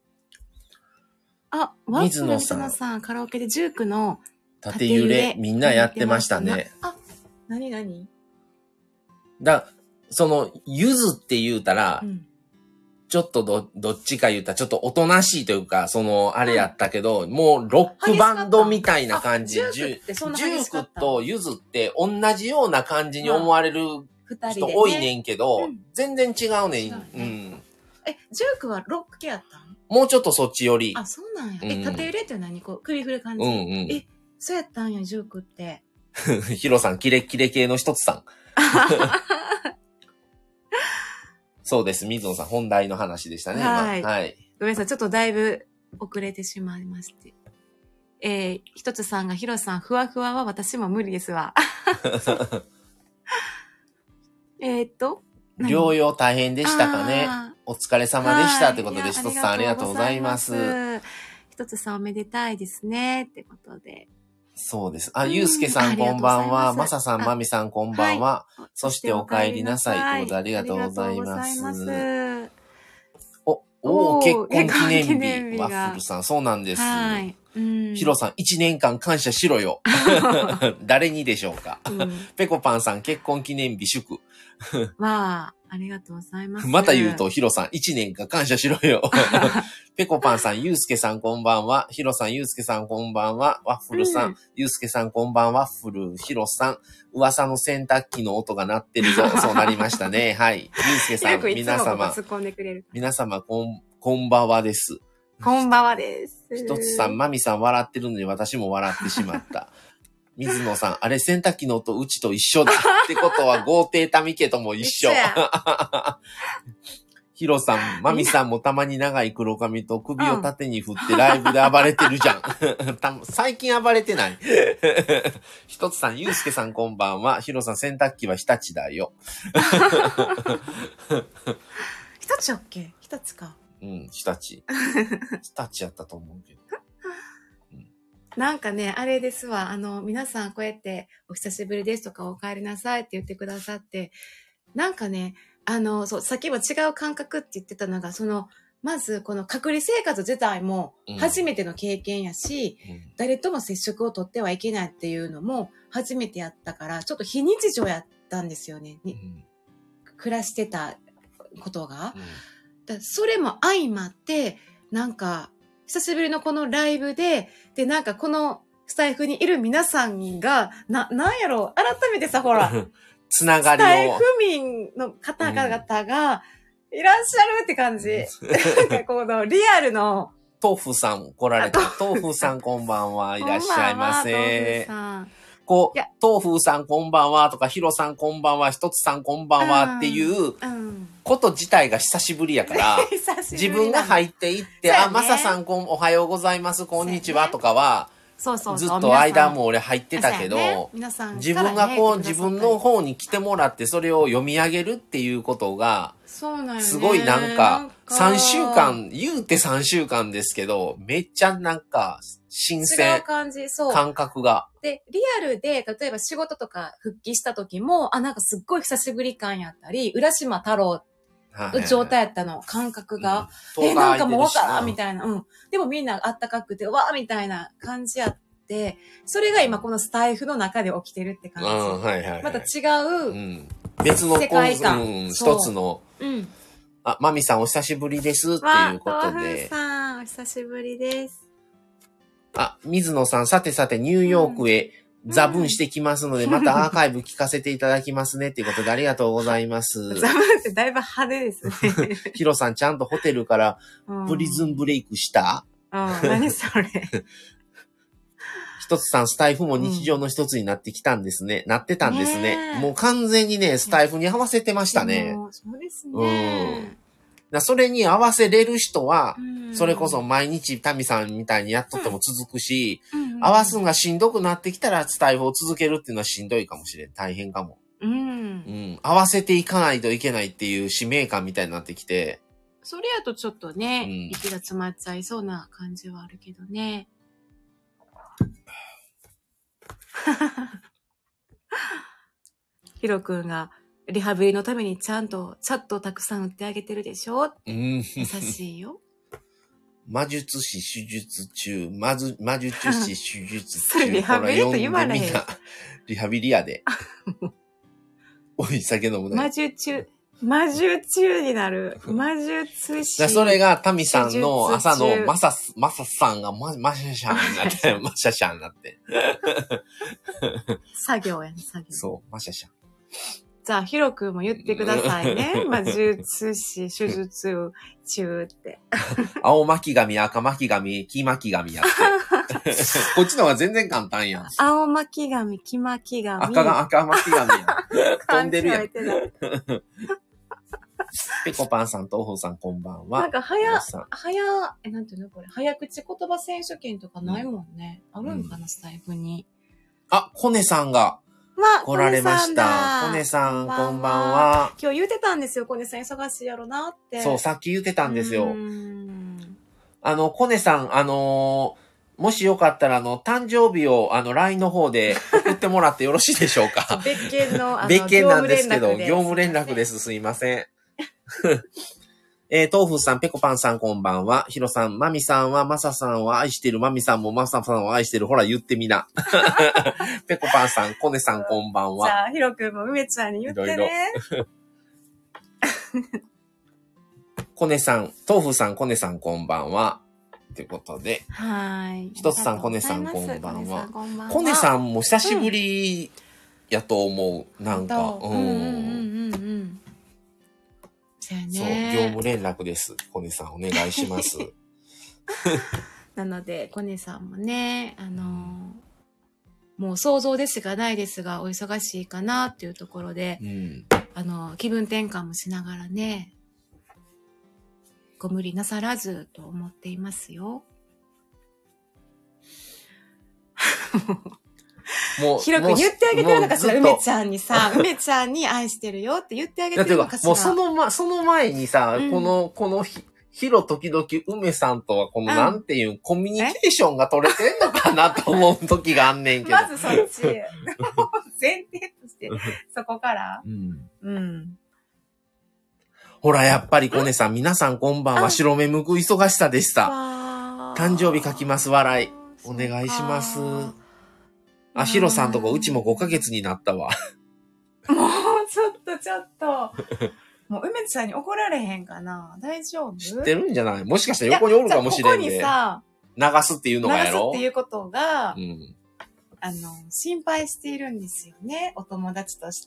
あ、 水野さん、カラオケでジュークの縦揺れみんなやってましたね。 あ、何その、ゆずって言うたら、ちょっとどっちか言うたら、ちょっとおとなしいというか、その、あれやったけど、もうロックバンドみたいな感じ。ジュークとゆずって同じような感じに思われる人多いねんけど、全然違うねん。ジュークはロック系やったん？ もうちょっとそっち寄り。 あ、そうなんや。縦揺れって何こう、首振る感じ？そうやったんや、ジュークって。 ヒロさん、キレッキレ系の一つさん。そうです。水野さん、本題の話でしたね。 はい。ごめんなさい。ちょっとだいぶ遅れてしまいまして。一つさんが、ヒロさん、ふわふわは私も無理ですわ。 療養大変でしたかね。お疲れ様でしたってことで、一つさんありがとうございます。 一つさんおめでたいですね。ってことで。 そうです。ゆうすけさんこんばんは。まささん、まみさんこんばんは。そしてお帰りなさい。ということでありがとうございます。結婚記念日。ワッフルさん、そうなんです。ヒロさん、1年間感謝しろよ。誰にでしょうか。ペコパンさん、結婚記念日祝。 わありがとうございます。 また言うと、ヒロさん、1年間感謝しろよ。ペコパンさん、ゆうすけさんこんばんは。ヒロさん、ゆうすけさんこんばんは。ワッフルさん、ゆうすけさんこんばんは。ワッフル、ヒロさん、噂の洗濯機の音が鳴ってるぞ。そうなりましたね。はい。ゆうすけさん、皆様、こんばんはです。 こんばんはです。 一つさん、まみさん笑ってるのに私も笑ってしまった。水野さん、あれ洗濯機の音うちと一緒だ。ってことは豪邸民家とも一緒。ヒロさん、マミさんもたまに長い黒髪と首を縦に振ってライブで暴れてるじゃん。最近暴れてない。一つさん、ゆうすけさんこんばんは。ヒロさん、洗濯機は日立だよ。 日立だっけ？日立か。 日立。日立やったと思うけど。 なんかね、あれですわ。皆さんこうやってお久しぶりですとかお帰りなさいって言ってくださって、なんかね、そう、さっきも違う感覚って言ってたのが、まずこの隔離生活自体も初めての経験やし、誰とも接触を取ってはいけないっていうのも初めてやったから、ちょっと非日常やったんですよね。暮らしてたことが。それも相まって、なんか、久しぶりのこのライブで、なんかこのスタイフにいる皆さんが、なんやろ、改めてさ、ほら、 つながりを。 スタイフ民の方々がいらっしゃるって感じ。なんかこのリアルの。 豆腐さん来られた。豆腐さんこんばんは。いらっしゃいませ。豆腐さん。豆腐さんこんばんはとか、ヒロさんこんばんは、一つさんこんばんはっていうこと自体が久しぶりやから、自分が入っていって、まささんおはようございます、こんにちはとかは、ずっと間も俺入ってたけど、自分が自分の方に来てもらってそれを読み上げるっていうことが、すごいなんか、3週間、言うて3週間ですけど、めっちゃなんか、新鮮。感覚が。 で、リアルで、例えば仕事とか復帰した時も、なんかすっごい久しぶり感やったり、浦島太郎の状態やったの、感覚が。なんかもうわからんみたいな。でもみんなあったかくて、わーみたいな感じやって、それが今このスタイフの中で起きてるって感じ。また違う、 別の世界観。 一つの、 マミさんお久しぶりですっていうことで。 さん、お久しぶりです。 水野さん、さてさてニューヨークへザブンしてきますので、またアーカイブ聞かせていただきますねっていうことでありがとうございます。 ザブンってだいぶ派手ですね。 ヒロさん、ちゃんとホテルからプリズンブレイクした？ 何それ。 一つさん、スタイフも日常の一つになってきたんですね。なってたんですね。もう完全にね、スタイフに合わせてましたね。 そうですね。 それに合わせれる人は、それこそ毎日タミさんみたいにやっとっても続くし、合わすんがしんどくなってきたらスタイフを続けるっていうのはしんどいかもしれん。大変かも。合わせていかないといけないっていう使命感みたいになってきて。 それやとちょっとね、息が詰まっちゃいそうな感じはあるけどね。ヒロ君がリハビリのためにちゃんとチャットをたくさん打ってあげてるでしょ。優しいよ。 魔術師手術中、魔術師手術中。 それリハビリと言われへん。 リハビリやで。おい、酒飲むな。 魔術中になる。魔術師。 それがタミさんの朝のマサさんがマシャシャンになって、マシャシャンになって。 作業やね、作業。 そう、マシャシャン。 じゃあ、ヒロ君も言ってくださいね。魔術師、手術中って。 青巻紙、赤巻紙、黄巻紙やって。こっちの方が全然簡単やん。 青巻紙、黄巻紙。 赤巻紙やん。飛んでるやん。ペコパンさんとオホさんこんばんは。 なんかなんていうのこれ、早口言葉選手権とかないもんね。あるんかな、スタイフに。 コネさんが来られました。コネさん、こんばんは。 今日言うてたんですよ、コネさん忙しいやろなって。 そう、さっき言うてたんですよ。コネさん、もしよかったら、誕生日を、LINE の方で送ってもらってよろしいでしょうか。 別件の、 別件なんですけど、業務連絡です。すいません。豆腐さん、ペコパンさんこんばんは。ヒロさん、マミさんはマサさんを愛してる。マミさんもマサさんを愛してる。ほら、言ってみな。ペコパンさん、コネさんこんばんは。 じゃあ、ヒロ君も梅ちゃんに言ってね。いろいろコネさん、豆腐さん、コネさんこんばんは。ということで。 はい。 ひとつさん、コネさんこんばんは。コネさんも久しぶりやと思う。なんか。そう、業務連絡です。コネさんお願いします。 なので、コネさんもね、もう想像でしかないですが、お忙しいかなっていうところで、気分転換もしながらね、ご無理なさらずと思っていますよ。もう、ヒロ君言ってあげてるのかしら、梅ちゃんにさ、梅ちゃんに愛してるよって言ってあげてるのかしら。 もうその前にさ、このヒロ時々梅さんとはこのなんていうコミュニケーションが取れてんのかなと思う時があんねんけど。 まずそっち。前提として、そこから。 ほら、やっぱりコネさん、皆さんこんばんは。白目向く忙しさでした。誕生日書きます、笑い。お願いします。ヒロさんとこうちも5ヶ月になったわ。 もう、ちょっと。もう、梅ちゃんに怒られへんかな？大丈夫？ 知ってるんじゃない？もしかしたら横におるかもしれんで。ここにさ、流すっていうのがやろ？ 流すっていうことが、心配しているんですよね。お友達として。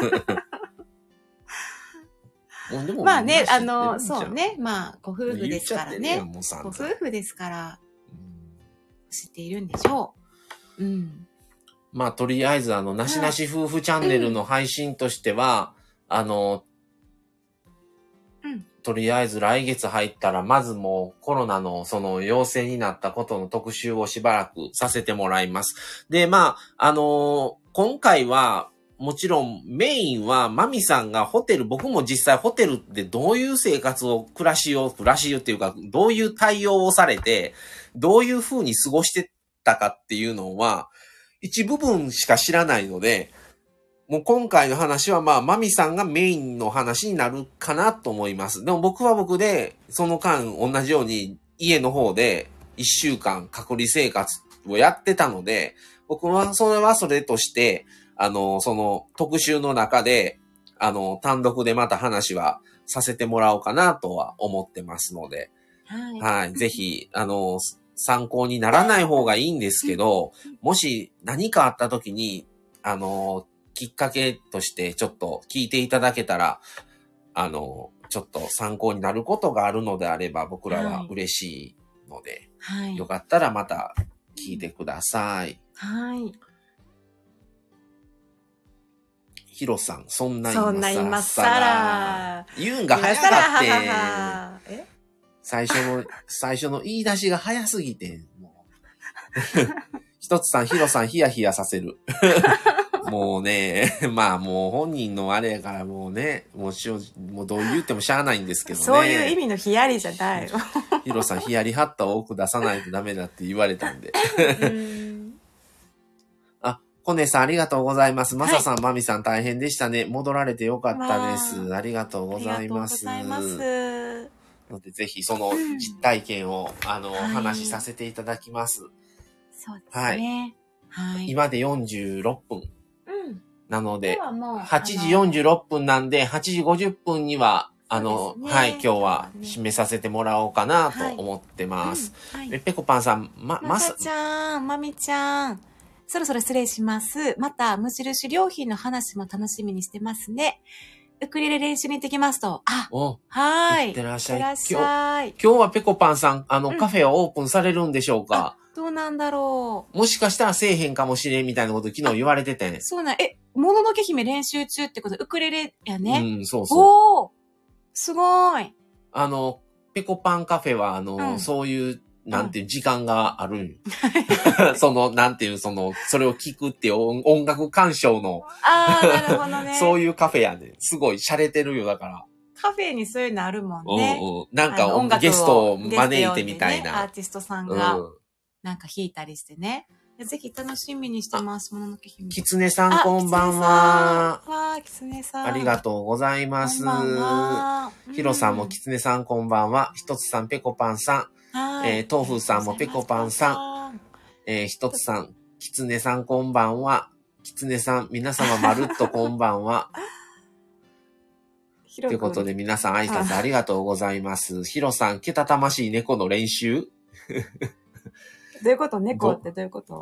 まあね、そうね。まあ、ご夫婦ですからね。ご夫婦ですから、知っているんでしょう。 まあ、とりあえず、なしなし夫婦チャンネルの配信としては、とりあえず来月入ったら、まずもうコロナのその陽性になったことの特集をしばらくさせてもらいます。で、まあ、今回は、もちろんメインはマミさんが僕も実際ホテルでどういう生活を、暮らしをっていうか、どういう対応をされて、どういう風に過ごしてたかっていうのは、一部分しか知らないので、もう今回の話はまあ、マミさんがメインの話になるかなと思います。でも僕は僕で、その間同じように家の方で1週間隔離生活をやってたので、僕はそれとして、その特集の中で、単独でまた話はさせてもらおうかなとは思ってますので、 はい。 はい。ぜひ、参考にならない方がいいんですけど、もし何かあった時に、きっかけとしてちょっと聞いていただけたら、ちょっと参考になることがあるのであれば、僕らは嬉しいので、 はい。 よかったらまた聞いてください。 はい。 ヒロさん、そんな今更。 言うんが早かって。最初の言い出しが早すぎて、もう。一つさん、ヒロさん、ヒヤヒヤさせる。もうね、まあもう本人のあれやからもうね、もうどう言ってもしゃあないんですけどね。 そういう意味のヒヤリじゃないよ。 ヒロさん、ヒヤリハッタを多く出さないとダメだって言われたんで。あ、コネさんありがとうございます。マサさん、マミさん大変でしたね。戻られてよかったです。ありがとうございます。 ありがとうございます。 ので、ぜひその実体験を、話しさせていただきます。 そうですね。 はい。今で46分。なので、8時46分なんで、8時50分には、はい、今日は締めさせてもらおうかなと思ってます。ペコパンさん、 まさちゃん、まみちゃん、そろそろ失礼します。また、無印良品の話も楽しみにしてますね。ウクレレ練習に行ってきますと。はい。 いってらっしゃい。今日はペコパンさん、カフェはオープンされるんでしょうか？ どうなんだろう。もしかしたらせえへんかもしれんみたいなこと昨日言われてて。 そうなん、もののけ姫練習中ってこと、ウクレレやね。 うん、そうそう。 おー、すごい。 ペコパンカフェは、そういう、なんていう時間があるんなんていう、それを聞くっていう音楽鑑賞の。 なるほどね。 そういうカフェやね。すごい洒落てるよ、だから。 カフェにそういうのあるもんね。 なんかゲストを招いてみたいな。 アーティストさんが、なんか弾いたりしてね。ぜひ楽しみにしてます、もののけ姫。 きつねさんこんばんは。 きつねさん。 ありがとうございます。ひろさんもきつねさんこんばんは。ひとつさんぺこぱんさん。豆腐さんもぺこぱんさん。ひとつさん、きつねさんこんばんは。きつねさん、皆様まるっとこんばんは。ということで皆さん挨拶ありがとうございます。ひろさん、けたたましい猫の練習どういうこと？猫ってどういうこと？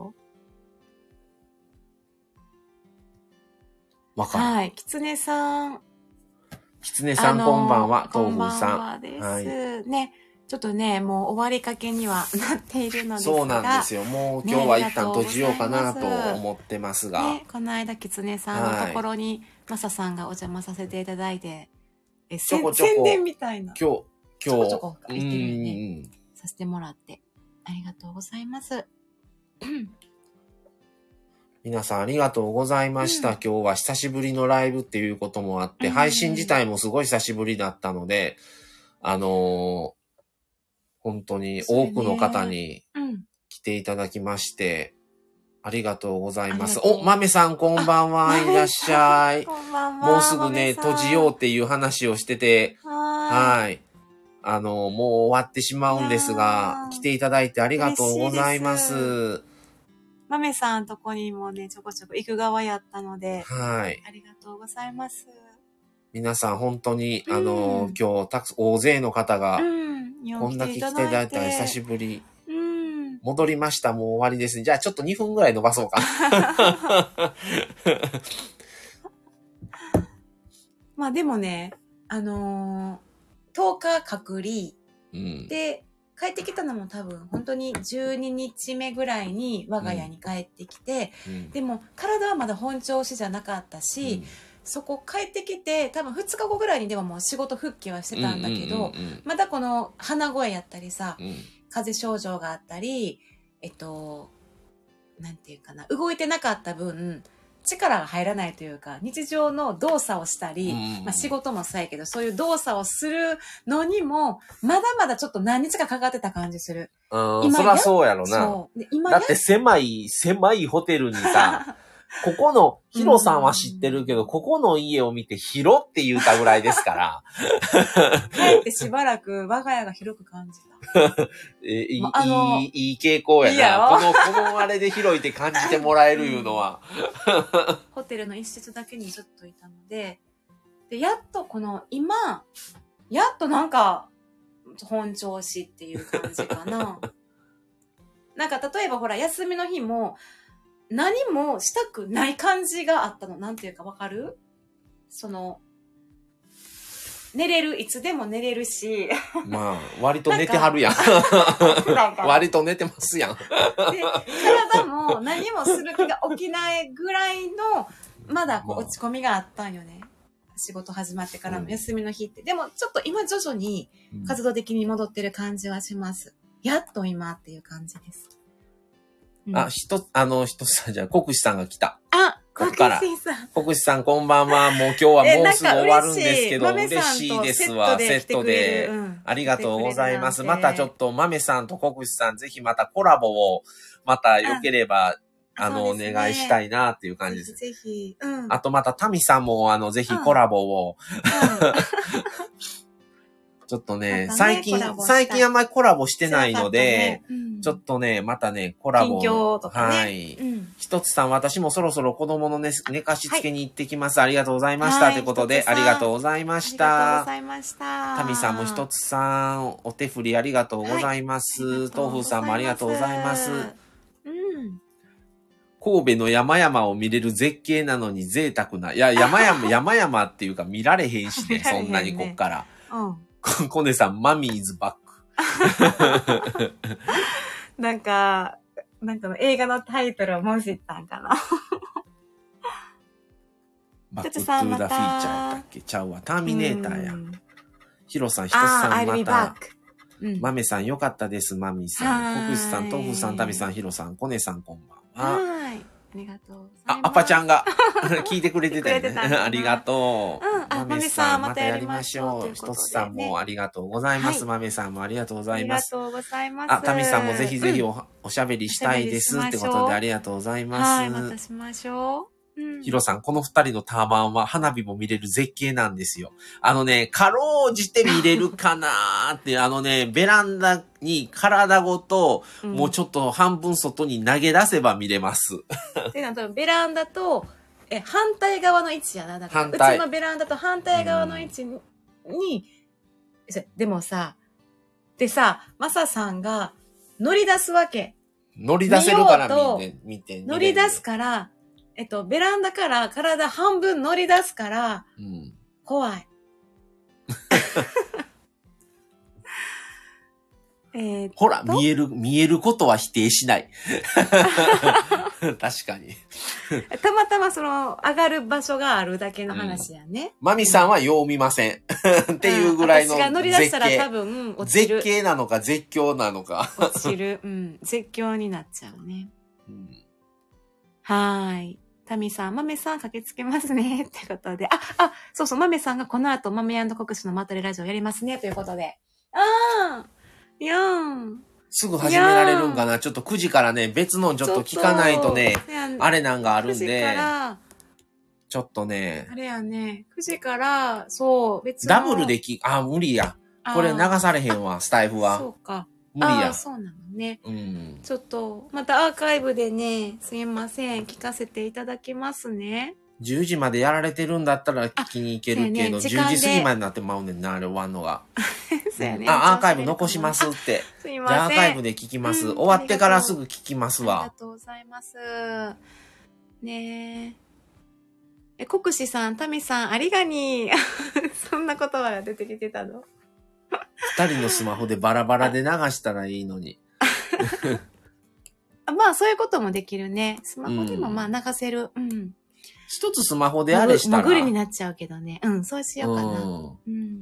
わかる。 はい。きつねさん。 きつねさんこんばんは。豆腐さん。 こんばんはです。はい、ね。ちょっとね、もう終わりかけにはなっているのですが。 そうなんですよ。もう今日は一旦閉じようかなと思ってますが。 ね、この間きつねさんのところに、マサさんがお邪魔させていただいて、宣伝みたいな。 今日、 ちょこちょこ言ってるよね。させてもらって。ありがとうございます。 皆さんありがとうございました。今日は久しぶりのライブっていうこともあって、配信自体もすごい久しぶりだったので、本当に多くの方に来ていただきまして、ありがとうございます。お、豆さんこんばんは。いらっしゃい。 こんばんは。 もうすぐね、閉じようっていう話をしてて、はい。もう終わってしまうんですが、来ていただいてありがとうございます。 豆さんとこにもね、ちょこちょこ行く側やったので、 はい。 ありがとうございます。 皆さん本当に、今日大勢の方が、こんだけ来ていただいたら久しぶり。戻りました。もう終わりですね。じゃあちょっと2分ぐらい伸ばそうか。 まあでもね、10日隔離、で、帰ってきたのも多分本当に12日目ぐらいに我が家に帰ってきて、でも体はまだ本調子じゃなかったし、そこ帰ってきて多分2日後ぐらいにでももう仕事復帰はしてたんだけど、まだこの鼻声やったりさ、風邪症状があったり、なんていうかな、動いてなかった分、力が入らないというか、日常の動作をしたり、まあ仕事もそうやけど、そういう動作をするのにも、まだまだちょっと何日かかかってた感じする。 今そらそうやろな。だって狭いホテルにさ、ここの、ヒロさんは知ってるけど、ここの家を見て広って言うたぐらいですから。 帰ってしばらく我が家が広く感じた。 いい傾向やな。このあれで広いって感じてもらえるいうのは。 ホテルの一室だけにずっといたので、 で、やっと今、やっとなんか、本調子っていう感じかな。なんか例えばほら、休みの日も、何もしたくない感じがあったの。なんていうかわかる？寝れる、いつでも寝れるし。 まあ、割と寝てはるやん。割と寝てますやん。 で、体も何もする気が起きないぐらいの、まだこう落ち込みがあったんよね。仕事始まってからの休みの日って。でもちょっと今徐々に活動的に戻ってる感じはします。やっと今っていう感じです。 一つじゃあ、国士さんが来た。 国士さん。 国士さんこんばんは。もう今日はもうすぐ終わるんですけど、嬉しいですわ。セットで。ありがとうございます。またちょっと、豆さんと国士さん、ぜひまたコラボを、また良ければ、お願いしたいなっていう感じです。 ぜひ。 あとまた、タミさんも、ぜひコラボを。ちょっとね、最近あんまりコラボしてないので、ちょっとね、またね、コラボ。 近況とかね。 はい。一つさん、私もそろそろ子供の寝かしつけに行ってきます。ありがとうございました。ということで、ありがとうございました。 ありがとうございました。 タミさんも一つさん、お手振りありがとうございます。豆腐さんもありがとうございます。神戸の山々を見れる絶景なのに贅沢な。いや、山々っていうか見られへんしね、そんなにこっから。コネさん、マミーズバック。 なんか映画のタイトルをもう知ったんかな。 バックトゥーザフィーチャーやったっけ？ちゃうわ。ターミネーターや。ヒロさん、ひとつさんまた。マメさん、よかったです、マミさん。コクシさん、トフさん、タミさん、ヒロさん、コネさん、こんばんは。 はい。ありがとうございます。 アパちゃんが聞いてくれてたよね。ありがとう。マメさん、またやりましょう。ひとつさんもありがとうございます。マメさんもありがとうございます。 ありがとうございます。 タミさんもぜひぜひおしゃべりしたいですってことでありがとうございます。 はい、またしましょう。 ヒロさん、この二人のターバンは花火も見れる絶景なんですよ。かろうじて見れるかなーって、ベランダに体ごと、もうちょっと半分外に投げ出せば見れます。 ベランダと、反対側の位置やな。だからうちのベランダと反対側の位置に、でもさ、マサさんが乗り出すわけ。 乗り出せるから見て。 乗り出すから、ベランダから体半分乗り出すから、怖い。 ほら、見えることは否定しない。確かに。 たまたま上がる場所があるだけの話やね。 マミさんはよう見ません。っていうぐらいの私が乗り出したら多分落ちる。 絶景なのか絶叫なのか。 落ちる。絶叫になっちゃうね。はーい。タミさん、マメさん駆けつけますね。ってことで。そうそう、マメさんがこの後、マメ&コクシのまたれラジオやりますね。ということで。 すぐ始められるんかな。ちょっと9時からね、別のちょっと聞かないとね、あれなんがあるんで。ちょっとね。 あれやね、9時から、そう、別の。ダブルで無理や。これ流されへんわ、スタイフは。 そうか。 無理や。 そうなのね。ちょっと、またアーカイブでね、すいません、聞かせていただきますね。 10時までやられてるんだったら聞きに行けるけど、10時過ぎまでなってまうねんな、あれ終わんのが。 そうやね。 アーカイブ残しますって。 すいません。 アーカイブで聞きます。終わってからすぐ聞きますわ。 ありがとうございます。ねえ。コクシさん、タミさん、ありがにー。そんな言葉が出てきてたの？ 二人のスマホでバラバラで流したらいいのに。 まあ、そういうこともできるね。スマホでもまあ流せる。 一つスマホであれしたら。 潜りになっちゃうけどね。そうしようかな。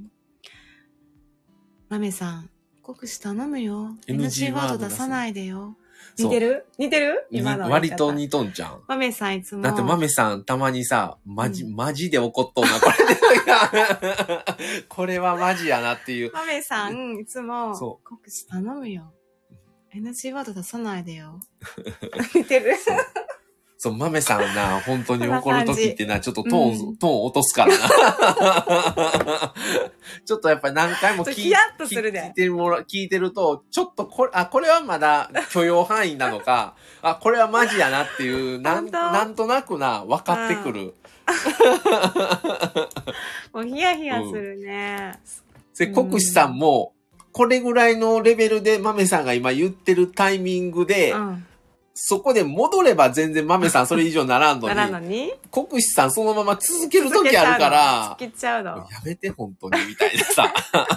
マメさん、コクシ頼むよ。NG ワード出さないでよ。似てる今の。 割と似とんじゃん。 マメさんいつも。 だってマメさんたまにさ、マジで怒っとんな、これで。これはマジやなっていう。 マメさんいつも、コクシ頼むよ。NG ワード出さないでよ。似てる。 そう、豆さんな、本当に怒るときってな、ちょっとトーン落とすからな。ちょっとやっぱり何回も聞いてると、ちょっとこれはまだ許容範囲なのか、これはマジやなっていう、なんとなくな、分かってくる。 もうヒヤヒヤするね。 で、国士さんも、これぐらいのレベルで豆さんが今言ってるタイミングで、そこで戻れば全然豆さんそれ以上ならんのに。ならんのに国士さんそのまま続ける時あるから。 続けちゃうの。 やめて本当にみたいなさ。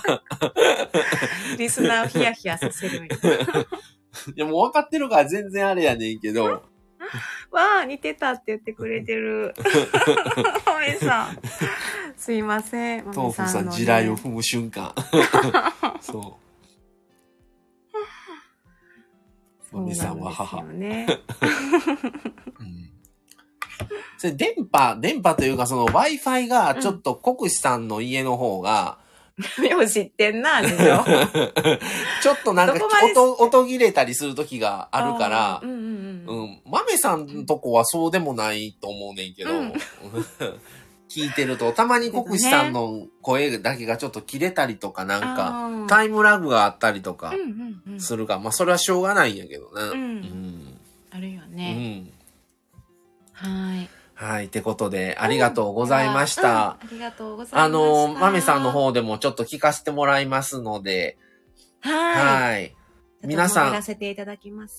リスナーをヒヤヒヤさせる。 いやもう分かってるから全然あれやねんけど。わあ、似てたって言ってくれてる。豆さん。すいません。 豆腐さん地雷を踏む瞬間。そう。豆さんは母。ね、それ電波というかその Wi-Fi がちょっと国士さんの家の方が、 よう知ってんな、でしょ。 ちょっとなんか音切れたりする時があるから、豆さんのとこはそうでもないと思うねんけど、聞いてると、たまに国士さんの声だけがちょっと切れたりとかなんか、タイムラグがあったりとかするから、まあそれはしょうがないんやけどね。 あるよね。はい。 はい。ってことで、ありがとうございました。 ありがとうございました。 豆さんの方でもちょっと聞かせてもらいますので、はい。皆さん、 らせていただきます。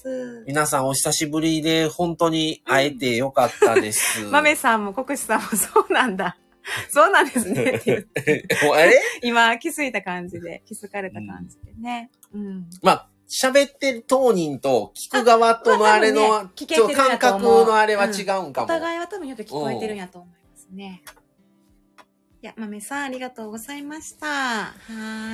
皆さんお久しぶりで本当に会えてよかったです。 豆さんも国士さんもそうなんだ。そうなんですねって言って。今気づいた感じで、気づかれた感じでね。 まあ、喋ってる当人と聞く側とのあれの、感覚のあれは違うんかも。 お互いは多分よく聞こえてるんやと思いますね。いや、豆さんありがとうございました。はい。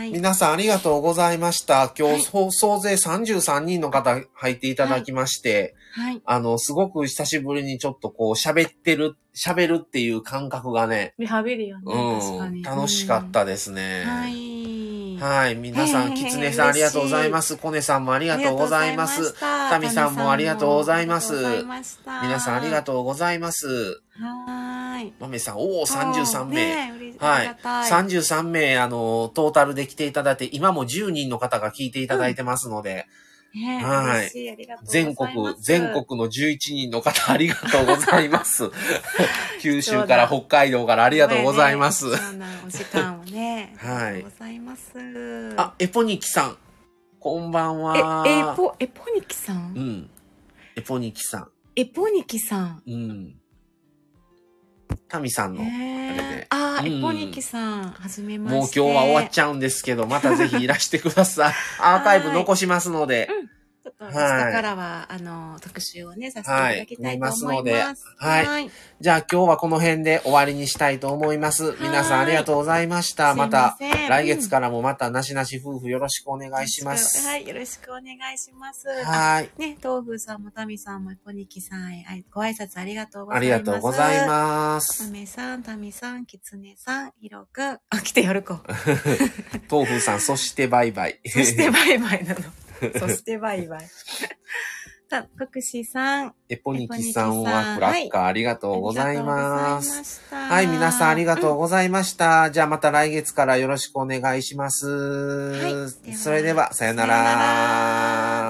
皆さんありがとうございました。今日、総勢33人の方入っていただきまして、すごく久しぶりにちょっとこう喋るっていう感覚がね。 リハビリよね。確かに。 楽しかったですね。はい。皆さん、きつねさんありがとうございます。コネさんもありがとうございます。タミさんもありがとうございます。皆さんありがとうございます。豆さん、33名。はい。33名、トータルで来ていただいて、今も10人の方が聞いていただいてますので、はい。全国の11人の方ありがとうございます。九州から北海道からありがとうございます。 お時間をね。ありがとうございます。 あ、エポニキさん。こんばんは。 エポニキさん？ エポニキさん。 エポニキさん。 タミさんの、あれで。 エポニキさん、はじめまして。 もう今日は終わっちゃうんですけど、またぜひいらしてください。アーカイブ残しますので。 ちょっと明日からは、特集をね、させていただきたいと思います。 はい。じゃあ今日はこの辺で終わりにしたいと思います。皆さんありがとうございました。また、来月からもまたなしなし夫婦よろしくお願いします。 はい、よろしくお願いします。 はい。 ね、豆腐さんもタミさんもエポニキさんへご挨拶ありがとうございます。 ありがとうございます。 タメさん、タミさん、キツネさん、ヒロくん。来てやるか。 豆腐さん、そしてバイバイ。 そしてバイバイなの。そしてバイバイ。国士さん。 エポニキさんはクラッカーありがとうございます。はい、皆さんありがとうございました。じゃあまた来月からよろしくお願いします。それでは、さよなら。